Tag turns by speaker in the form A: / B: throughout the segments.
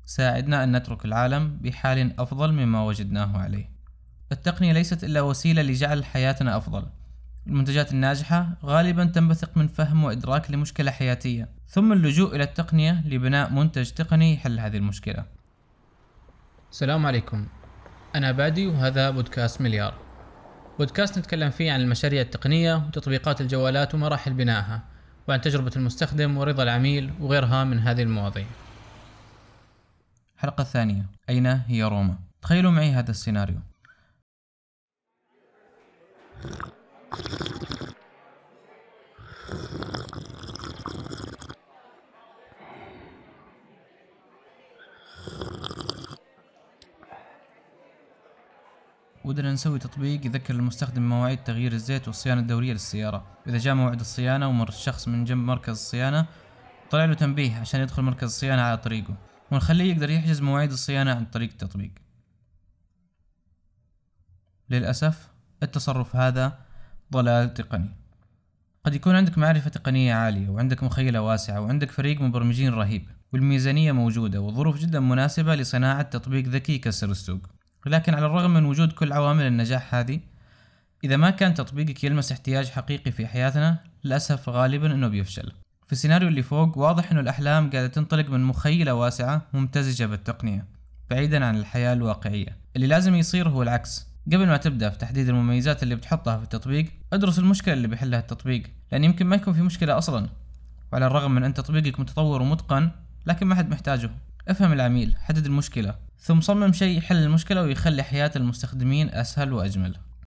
A: ساعدنا أن نترك العالم بحال أفضل مما وجدناه عليه. التقنية ليست إلا وسيلة لجعل حياتنا أفضل. المنتجات الناجحة غالبا تنبثق من فهم وإدراك لمشكلة حياتية، ثم اللجوء إلى التقنية لبناء منتج تقني يحل هذه المشكلة.
B: السلام عليكم. أنا بادي وهذا بودكاست مليار. بودكاست نتكلم فيه عن المشاريع التقنية وتطبيقات الجوالات ومراحل بنائها، وعن تجربة المستخدم ورضا العميل وغيرها من هذه المواضيع.
A: الحلقة الثانية، أين هي روما؟ تخيلوا معي هذا السيناريو. ودنا نسوي تطبيق يذكر المستخدم مواعيد تغيير الزيت والصيانة الدورية للسيارة. إذا جاء موعد الصيانة ومر الشخص من جنب مركز الصيانة طلع له تنبيه عشان يدخل مركز الصيانة على طريقه، ونخليه يقدر يحجز مواعيد الصيانة عن طريق التطبيق. للأسف التصرف هذا ضلال تقني. قد يكون عندك معرفة تقنية عالية وعندك مخيلة واسعة وعندك فريق مبرمجين رهيب والميزانية موجودة وظروف جدا مناسبة لصناعة تطبيق ذكي يكسر السوق، لكن على الرغم من وجود كل عوامل النجاح هذه، إذا ما كان تطبيقك يلمس احتياج حقيقي في حياتنا للأسف غالبا أنه بيفشل. في السيناريو اللي فوق واضح أنه الأحلام قاعدة تنطلق من مخيلة واسعة ممتزجة بالتقنية بعيدا عن الحياة الواقعية. اللي لازم يصير هو العكس. قبل ما تبدأ في تحديد المميزات اللي بتحطها في التطبيق ادرس المشكلة اللي بيحلها التطبيق، لأن يمكن ما يكون في مشكلة أصلا، وعلى الرغم من أن تطبيقك متطور ومتقن لكن ما حد محتاجه. افهم العميل، حدد المشكلة، ثم صمم شيء يحل المشكلة ويخلي حياة المستخدمين أسهل وأجمل.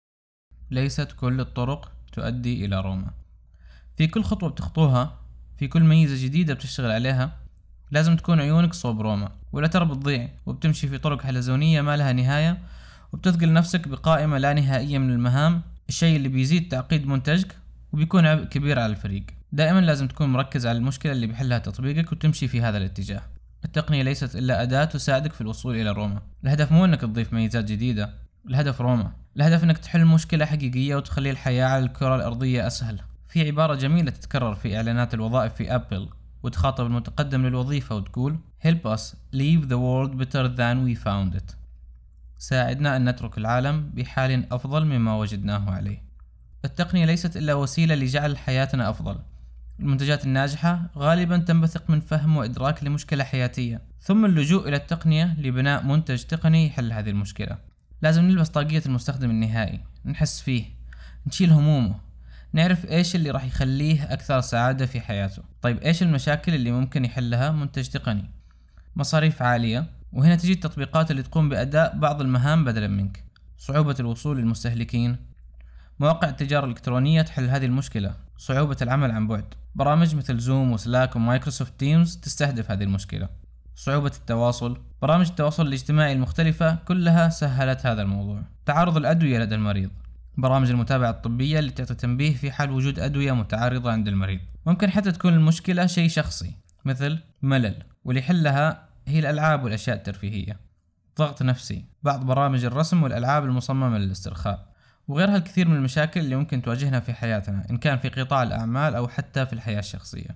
A: ليست كل الطرق تؤدي إلى روما. في كل خطوة بتخطوها، في كل ميزة جديدة بتشتغل عليها، لازم تكون عيونك صوب روما، ولا ترى بتضيع وبتمشي في طرق حلزونية ما لها نهاية، وبتثقل نفسك بقائمة لا نهائية من المهام، الشيء اللي بيزيد تعقيد منتجك وبيكون عبء كبير على الفريق. دائما لازم تكون مركز على المشكلة اللي بيحلها تطبيقك وتمشي في هذا الاتجاه. التقنية ليست إلا أداة تساعدك في الوصول إلى روما. الهدف مو أنك تضيف ميزات جديدة، الهدف روما. الهدف أنك تحل مشكلة حقيقية وتخلي الحياة على الكرة الأرضية أسهل. في عبارة جميلة تتكرر في إعلانات الوظائف في أبل وتخاطب المتقدم للوظيفة وتقول Help us leave the world better than we found it. ساعدنا أن نترك العالم بحال أفضل مما وجدناه عليه. التقنية ليست إلا وسيلة لجعل حياتنا أفضل. المنتجات الناجحة غالبا تنبثق من فهم وإدراك لمشكلة حياتية، ثم اللجوء إلى التقنية لبناء منتج تقني يحل هذه المشكلة. لازم نلبس طاقية المستخدم النهائي، نحس فيه، نشيل همومه، نعرف إيش اللي راح يخليه أكثر سعادة في حياته. طيب إيش المشاكل اللي ممكن يحلها منتج تقني؟ مصاريف عالية، وهنا تجي التطبيقات اللي تقوم بأداء بعض المهام بدلا منك. صعوبة الوصول للمستهلكين. مواقع التجارة الإلكترونية تحل هذه المشكلة. صعوبة العمل عن بعد. برامج مثل زوم وسلاك ومايكروسوفت تيمز تستهدف هذه المشكلة. صعوبة التواصل. برامج التواصل الاجتماعي المختلفة كلها سهلت هذا الموضوع. تعارض الأدوية لدى المريض. برامج المتابعة الطبية اللي تعطي تنبيه في حال وجود أدوية متعارضة عند المريض. ممكن حتى تكون المشكلة شيء شخصي مثل ملل، واللي يحلها هي الألعاب والأشياء الترفيهية. ضغط نفسي. بعض برامج الرسم والألعاب المصممة للاسترخاء، وغيرها الكثير من المشاكل اللي ممكن تواجهنا في حياتنا إن كان في قطاع الأعمال أو حتى في الحياة الشخصية.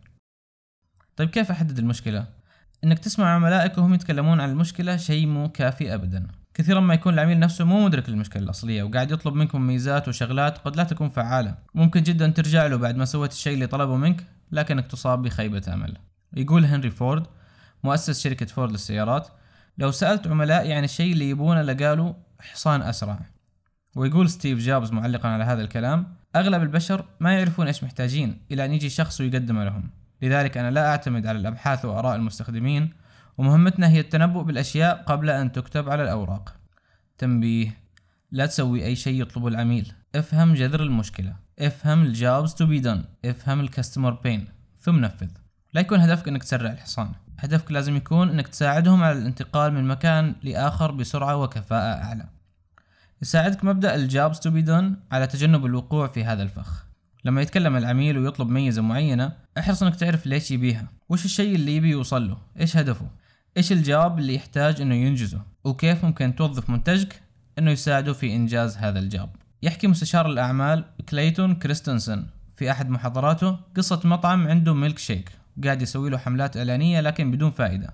A: طيب كيف أحدد المشكلة؟ إنك تسمع عملائك وهم يتكلمون عن المشكلة شيء مو كافي أبدا. كثيرا ما يكون العميل نفسه مو مدرك للمشكلة الأصلية وقاعد يطلب منك مميزات وشغلات قد لا تكون فعالة. ممكن جدا ترجع له بعد ما سويت الشيء اللي طلبه منك لكنك تصاب بخيبة أمل. يقول هنري فورد مؤسس شركة فورد للسيارات: لو سألت عملائي عن الشيء اللي يبونه لقالوا حصان أسرع. ويقول ستيف جوبز معلقا على هذا الكلام: أغلب البشر ما يعرفون إيش محتاجين إلى أن يجي شخص ويقدمه لهم. لذلك أنا لا أعتمد على الأبحاث وآراء المستخدمين، ومهمتنا هي التنبؤ بالأشياء قبل أن تكتب على الأوراق. تنبيه: لا تسوي أي شيء يطلبه العميل. افهم جذر المشكلة، افهم الجوبز تو بي دون، افهم الكاستمر بين، ثم نفذ. لا يكون هدفك أنك تسرع الحصان، هدفك لازم يكون أنك تساعدهم على الانتقال من مكان لآخر بسرعة وكفاءة أعلى. يساعدك مبدأ الجوبز تو بي دون على تجنب الوقوع في هذا الفخ. لما يتكلم العميل ويطلب ميزة معينة، احرص انك تعرف ليش يبيها، وش الشيء اللي يبي يوصل له، ايش هدفه، ايش الجواب اللي يحتاج انه ينجزه، وكيف ممكن توظف منتجك انه يساعده في انجاز هذا الجواب. يحكي مستشار الأعمال كليتون كريستنسن في أحد محاضراته قصة مطعم عنده ميلك شيك قاعد يسوي له حملات إعلانية لكن بدون فائدة.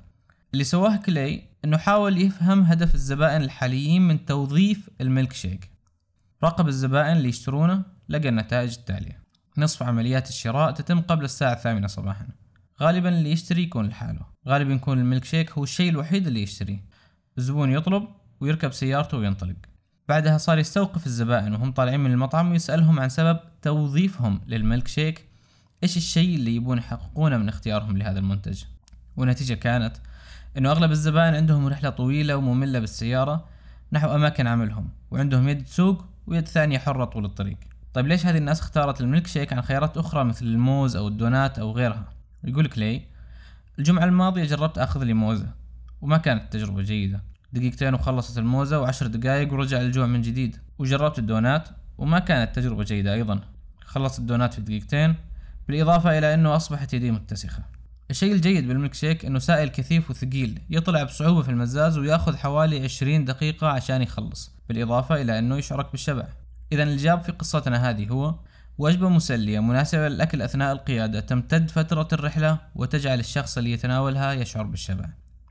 A: اللي سواه كلاي انه حاول يفهم هدف الزبائن الحاليين من توظيف الميلك شيك. راقب الزبائن اللي يشترونه، لقى النتائج التالية: نصف عمليات الشراء تتم قبل الساعة 8 صباحا. غالبا اللي يشتري يكون لحاله، غالبا يكون الميلك شيك هو الشيء الوحيد اللي يشتريه. الزبون يطلب ويركب سيارته وينطلق. بعدها صار يستوقف الزبائن وهم طالعين من المطعم ويسألهم عن سبب توظيفهم للميلك شيك، ايش الشيء اللي يبون يحققونه من اختيارهم لهذا المنتج. والنتيجة كانت انه اغلب الزبائن عندهم رحلة طويلة ومملة بالسيارة نحو اماكن عملهم، وعندهم يد تسوق ويد ثانية حرة طول الطريق. طيب ليش هذه الناس اختارت الميلك شيك عن خيارات اخرى مثل الموز او الدونات او غيرها؟ يقول كلاي: الجمعة الماضية جربت اخذ لي موزة وما كانت تجربة جيدة. دقيقتين وخلصت الموزة، و10 دقائق ورجع الجوع من جديد. وجربت الدونات وما كانت تجربة جيدة ايضا، خلصت الدونات في دقيقتين، بالاضافة الى انه اصبحت يدي متسخة. الشيء الجيد بالميلك شيك انه سائل كثيف وثقيل، يطلع بصعوبة في المزاز وياخذ حوالي 20 دقيقة عشان يخلص، بالاضافة الى انه يشعرك بالشبع. اذا الجاب في قصتنا هذه هو: وجبة مسلية مناسبة للأكل أثناء القيادة، تمتد فترة الرحلة وتجعل الشخص اللي يتناولها يشعر بالشبع.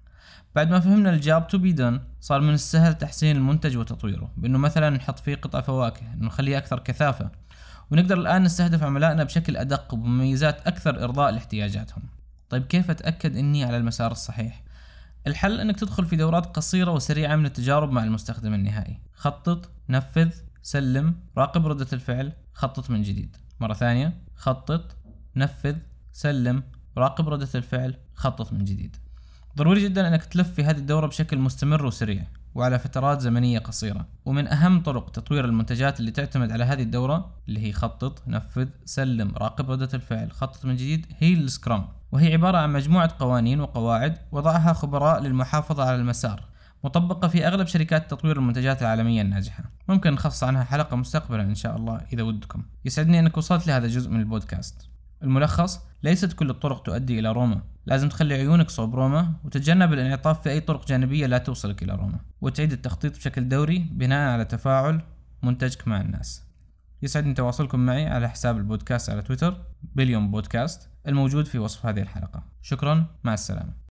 A: بعد ما فهمنا الجاب تو بي دون، صار من السهل تحسين المنتج وتطويره، بأنه مثلا نحط فيه قطع فواكه، نخليه أكثر كثافة، ونقدر الآن نستهدف عملائنا بشكل أدق وبمميزات أكثر إرضاء لاحتياجاتهم. طيب كيف أتأكد أني على المسار الصحيح؟ الحل أنك تدخل في دورات قصيرة وسريعة من التجارب مع المستخدم النهائي. خطط، نفذ، سلم، راقب ردة الفعل، خطط من جديد. مرة ثانية: خطط، نفذ، سلم، راقب ردة الفعل، خطط من جديد. ضروري جدا أنك تلف في هذه الدورة بشكل مستمر وسريع وعلى فترات زمنية قصيرة. ومن أهم طرق تطوير المنتجات اللي تعتمد على هذه الدورة، اللي هي خطط، نفذ، سلم، راقب ردة الفعل، خطط من جديد، هي السكرام. وهي عبارة عن مجموعة قوانين وقواعد وضعها خبراء للمحافظة على المسار، مطبقة في أغلب شركات تطوير المنتجات العالمية الناجحة. ممكن نخصص عنها حلقة مستقبلا إن شاء الله إذا ودكم. يسعدني أنك وصلت لهذا الجزء من البودكاست. الملخص: ليست كل الطرق تؤدي إلى روما، لازم تخلي عيونك صوب روما وتتجنب الانعطاف في أي طرق جانبية لا توصلك إلى روما، وتعيد التخطيط بشكل دوري بناء على تفاعل منتجك مع الناس. يسعدني تواصلكم معي على حساب البودكاست على تويتر بليون بودكاست الموجود في وصف هذه الحلقة. شكرا، مع السلامة.